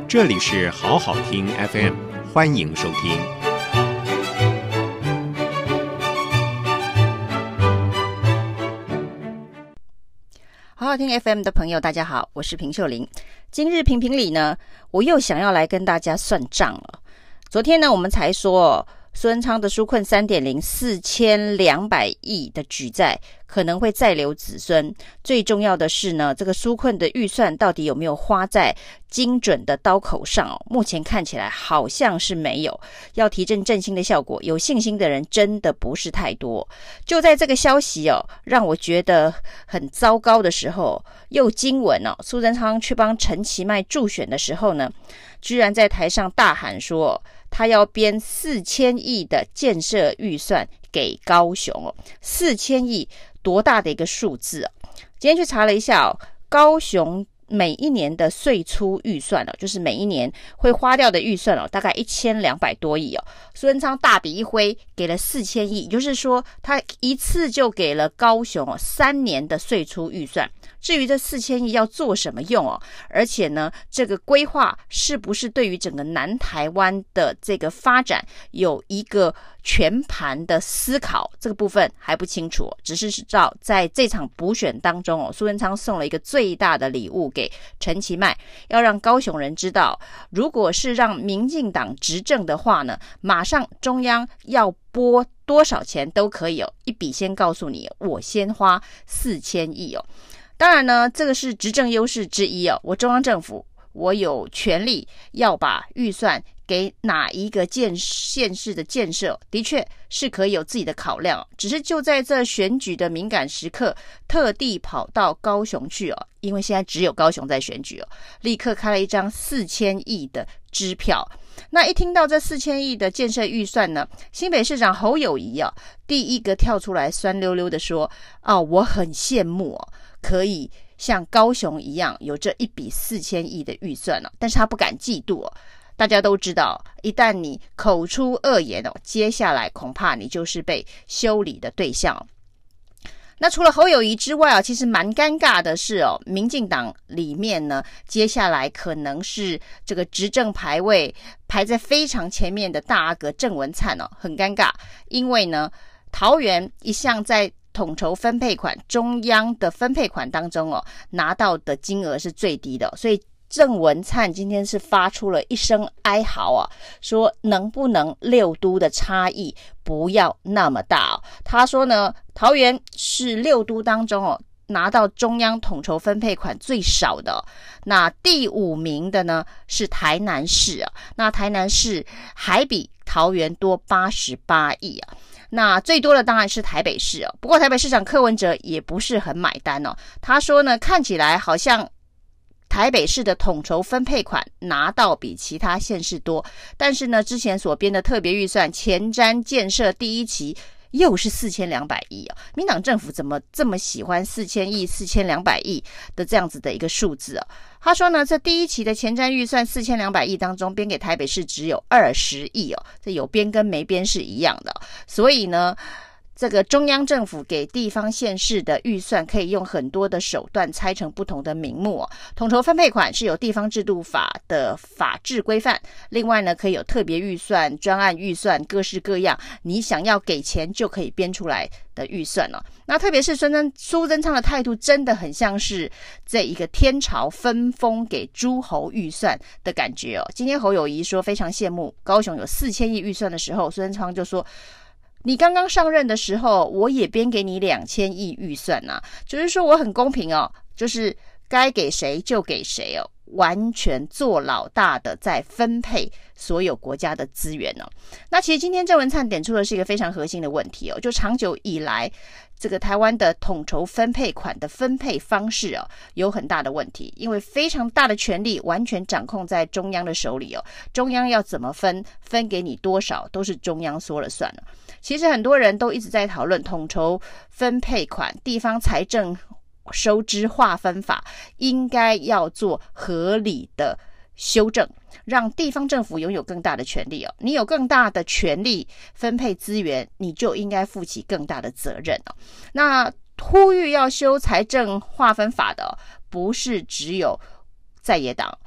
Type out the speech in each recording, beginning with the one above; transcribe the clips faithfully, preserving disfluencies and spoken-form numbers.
这里是好好听 F M， 欢迎收听。 好好听 F M 的朋友大家好，我是平秀玲。今日评评理呢，我又想要来跟大家算账了。昨天呢，我们才说苏贞昌的纾困 三点零 四千两百亿的举债可能会再留子孙，最重要的是呢，这个纾困的预算到底有没有花在精准的刀口上哦？目前看起来好像是没有，要提振振兴的效果，有信心的人真的不是太多。就在这个消息哦让我觉得很糟糕的时候，又惊闻哦，苏贞昌去帮陈其迈助选的时候呢，居然在台上大喊说他要编四千亿的建设预算给高雄哦，四千亿多大的一个数字啊！今天去查了一下哦，高雄每一年的岁出预算哦，就是每一年会花掉的预算哦，大概一千两百多亿哦。苏贞昌大笔一挥，给了四千亿，也就是说，他一次就给了高雄哦三年的岁出预算。至于这四千亿要做什么用哦，而且呢，这个规划是不是对于整个南台湾的这个发展有一个全盘的思考，这个部分还不清楚，只是知道在这场补选当中哦，苏贞昌送了一个最大的礼物给陈其迈，要让高雄人知道，如果是让民进党执政的话呢，马上中央要拨多少钱都可以哦，一笔先告诉你，我先花四千亿哦。当然呢，这个是执政优势之一哦。我中央政府，我有权利要把预算给哪一个建县市的建设，的确是可以有自己的考量。只是就在这选举的敏感时刻，特地跑到高雄去哦，因为现在只有高雄在选举哦，立刻开了一张四千亿的支票。那一听到这四千亿的建设预算呢，新北市长侯友宜啊，第一个跳出来酸溜溜的说：“哦，我很羡慕哦。”可以像高雄一样有这一笔四千亿的预算哦，但是他不敢嫉妒哦。大家都知道，一旦你口出恶言哦，接下来恐怕你就是被修理的对象哦。那除了侯友宜之外啊，其实蛮尴尬的是哦，民进党里面呢，接下来可能是这个执政排位排在非常前面的大阿哥郑文灿哦，很尴尬，因为呢，桃园一向在统筹分配款，中央的分配款当中哦，拿到的金额是最低的，所以郑文灿今天是发出了一声哀嚎啊，说能不能六都的差异不要那么大哦。他说呢，桃园是六都当中哦拿到中央统筹分配款最少的哦，那第五名的呢是台南市啊，那台南市还比桃园多八十八亿啊。那最多的当然是台北市哦，不过台北市长柯文哲也不是很买单哦。他说呢，看起来好像台北市的统筹分配款拿到比其他县市多，但是呢，之前所编的特别预算前瞻建设第一期又是四千两百亿啊！民党政府怎么这么喜欢四千亿、四千两百亿的这样子的一个数字啊？他说呢，这第一期的前瞻预算四千两百亿当中，编给台北市只有二十亿哦，这有编跟没编是一样的，所以呢，这个中央政府给地方县市的预算可以用很多的手段拆成不同的名目哦。统筹分配款是有地方制度法的法制规范，另外呢可以有特别预算、专案预算，各式各样，你想要给钱就可以编出来的预算哦。那特别是孙真苏贞昌的态度真的很像是这一个天朝分封给诸侯预算的感觉哦。今天侯友宜说非常羡慕高雄有四千亿预算的时候，孙贞昌就说，你刚刚上任的时候，我也编给你两千亿预算啊，就是说我很公平哦，就是该给谁就给谁哦，完全做老大的在分配所有国家的资源哦。那其实今天郑文灿点出的是一个非常核心的问题哦，就长久以来这个台湾的统筹分配款的分配方式哦，有很大的问题，因为非常大的权力完全掌控在中央的手里哦，中央要怎么分，分给你多少都是中央说了算了。其实很多人都一直在讨论统筹分配款，地方财政收支划分法应该要做合理的修正，让地方政府拥有更大的权利哦。你有更大的权利分配资源，你就应该负起更大的责任哦。那呼吁要修财政划分法的哦，不是只有在野党，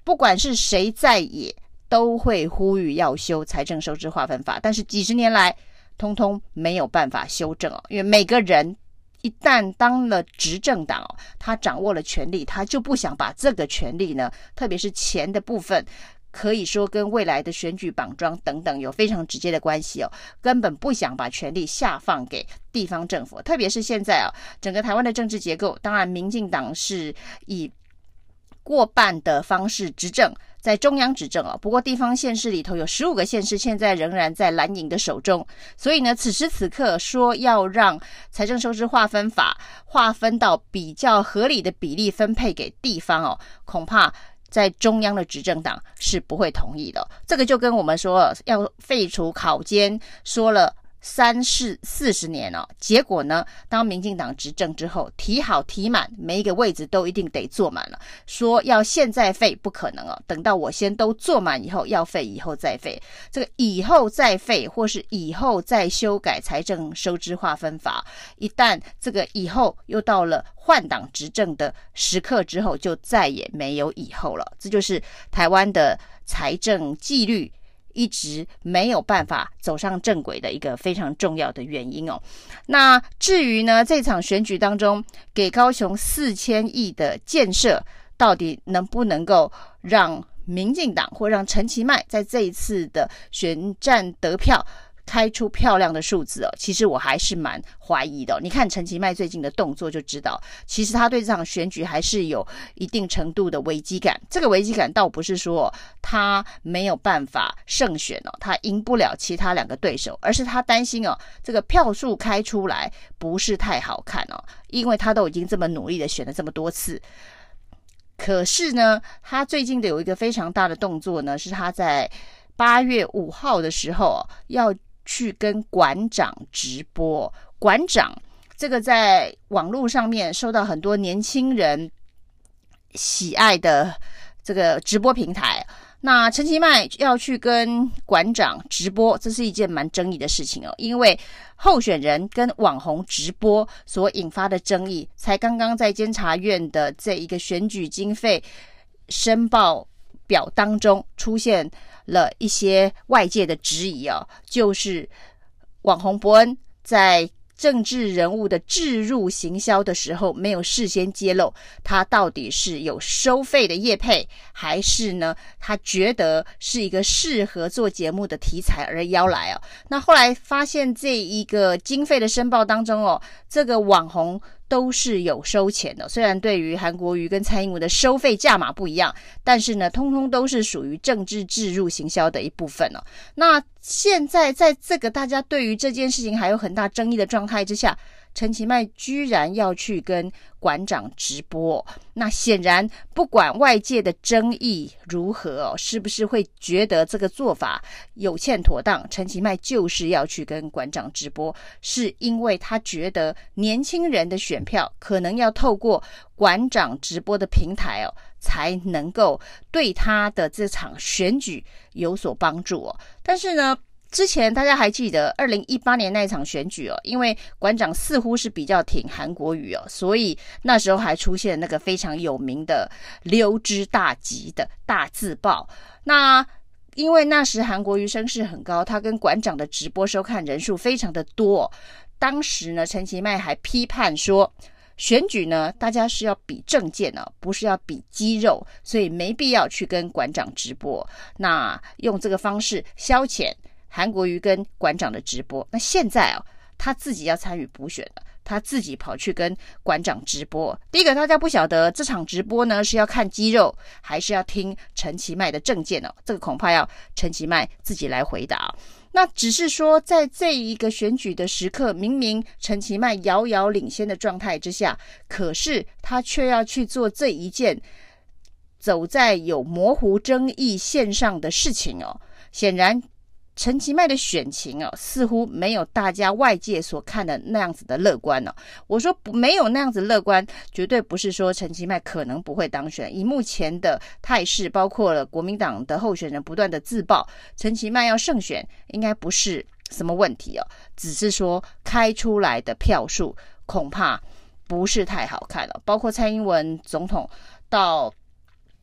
不管是谁在野，都会呼吁要修财政收支划分法，但是几十年来通通没有办法修正哦，因为每个人一旦当了执政党哦，他掌握了权力，他就不想把这个权力呢，特别是钱的部分，可以说跟未来的选举绑桩等等有非常直接的关系哦，根本不想把权力下放给地方政府，特别是现在啊，整个台湾的政治结构，当然民进党是以过半的方式执政，在中央执政啊，不过地方县市里头有十五个县市现在仍然在蓝营的手中，所以呢，此时此刻说要让财政收支划分法划分到比较合理的比例分配给地方哦，恐怕在中央的执政党是不会同意的。这个就跟我们说要废除考监说了三四四十年哦，结果呢，当民进党执政之后，提好提满，每一个位置都一定得坐满了。说要现在废不可能哦，等到我先都坐满以后，要废以后再废。这个以后再废，或是以后再修改财政收支划分法，一旦这个以后又到了换党执政的时刻之后，就再也没有以后了。这就是台湾的财政纪律一直没有办法走上正轨的一个非常重要的原因哦。那至于呢，这场选举当中给高雄四千亿的建设，到底能不能够让民进党或让陈其迈在这一次的选战得票开出漂亮的数字哦，其实我还是蛮怀疑的哦。你看陈其迈最近的动作就知道，其实他对这场选举还是有一定程度的危机感。这个危机感倒不是说他没有办法胜选哦，他赢不了其他两个对手，而是他担心哦，这个票数开出来不是太好看哦，因为他都已经这么努力的选了这么多次。可是呢，他最近的有一个非常大的动作呢，是他在八月五号的时候哦，要去跟馆长直播。馆长这个在网络上面受到很多年轻人喜爱的这个直播平台，那陈其迈要去跟馆长直播，这是一件蛮争议的事情哦，因为候选人跟网红直播所引发的争议，才刚刚在监察院的这一个选举经费申报表当中出现了一些外界的质疑哦，就是网红伯恩在政治人物的置入行销的时候，没有事先揭露他到底是有收费的业配，还是呢他觉得是一个适合做节目的题材而邀来哦。那后来发现这一个经费的申报当中哦，这个网红都是有收钱的，虽然对于韩国瑜跟蔡英文的收费价码不一样，但是呢，通通都是属于政治置入行销的一部分哦。那现在在这个大家对于这件事情还有很大争议的状态之下，陈其迈居然要去跟馆长直播，那显然不管外界的争议如何哦，是不是会觉得这个做法有欠妥当，陈其迈就是要去跟馆长直播，是因为他觉得年轻人的选票可能要透过馆长直播的平台哦，才能够对他的这场选举有所帮助哦。但是呢，之前大家还记得二零一八年那一场选举哦，因为馆长似乎是比较挺韩国瑜哦，所以那时候还出现那个非常有名的溜之大吉的大自爆。那因为那时韩国瑜声势很高，他跟馆长的直播收看人数非常的多哦，当时呢陈其迈还批判说，选举呢，大家是要比政见呢、哦，不是要比肌肉，所以没必要去跟馆长直播。那用这个方式消遣韩国瑜跟馆长的直播。那现在哦，他自己要参与补选了，他自己跑去跟馆长直播。第一个，大家不晓得这场直播呢是要看肌肉，还是要听陈其迈的政见哦？这个恐怕要陈其迈自己来回答。那只是说，在这一个选举的时刻，明明陈其迈遥遥领先的状态之下，可是他却要去做这一件走在有模糊争议线上的事情哦。显然陈其迈的选情哦，似乎没有大家外界所看的那样子的乐观哦。我说不没有那样子乐观，绝对不是说陈其迈可能不会当选。以目前的态势，包括了国民党的候选人不断的自爆，陈其迈要胜选应该不是什么问题哦，只是说开出来的票数恐怕不是太好看了。包括蔡英文总统到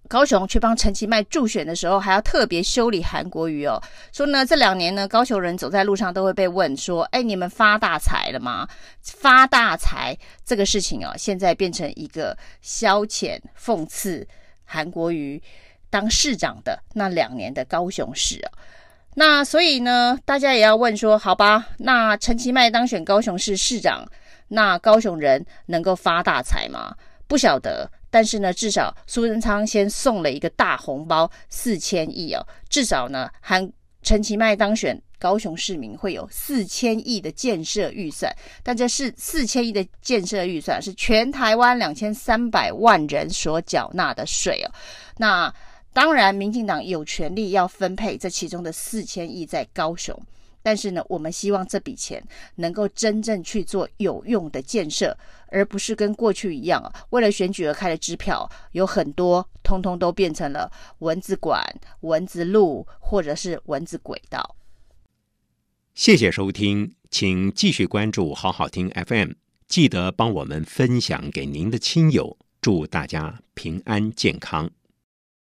高雄去帮陈其迈助选的时候，还要特别修理韩国瑜哦，说呢这两年呢，高雄人走在路上都会被问说，哎，你们发大财了吗？发大财这个事情哦，现在变成一个消遣讽刺韩国瑜当市长的那两年的高雄市哦。那所以呢，大家也要问说，好吧，那陈其迈当选高雄市市长，那高雄人能够发大财吗？不晓得。但是呢，至少苏贞昌先送了一个大红包四千亿哦，至少呢，韩陈其迈当选高雄市民会有四千亿的建设预算，但这是四千亿的建设预算是全台湾两千三百万人所缴纳的税哦。那当然，民进党有权利要分配这其中的四千亿在高雄。但是呢，我们希望这笔钱能够真正去做有用的建设，而不是跟过去一样，为了选举而开的支票，有很多通通都变成了蚊子馆、蚊子路或者是蚊子轨道。 谢谢收听，请继续关注好好听 F M， 记得帮我们分享给您的亲友，祝大家平安健康。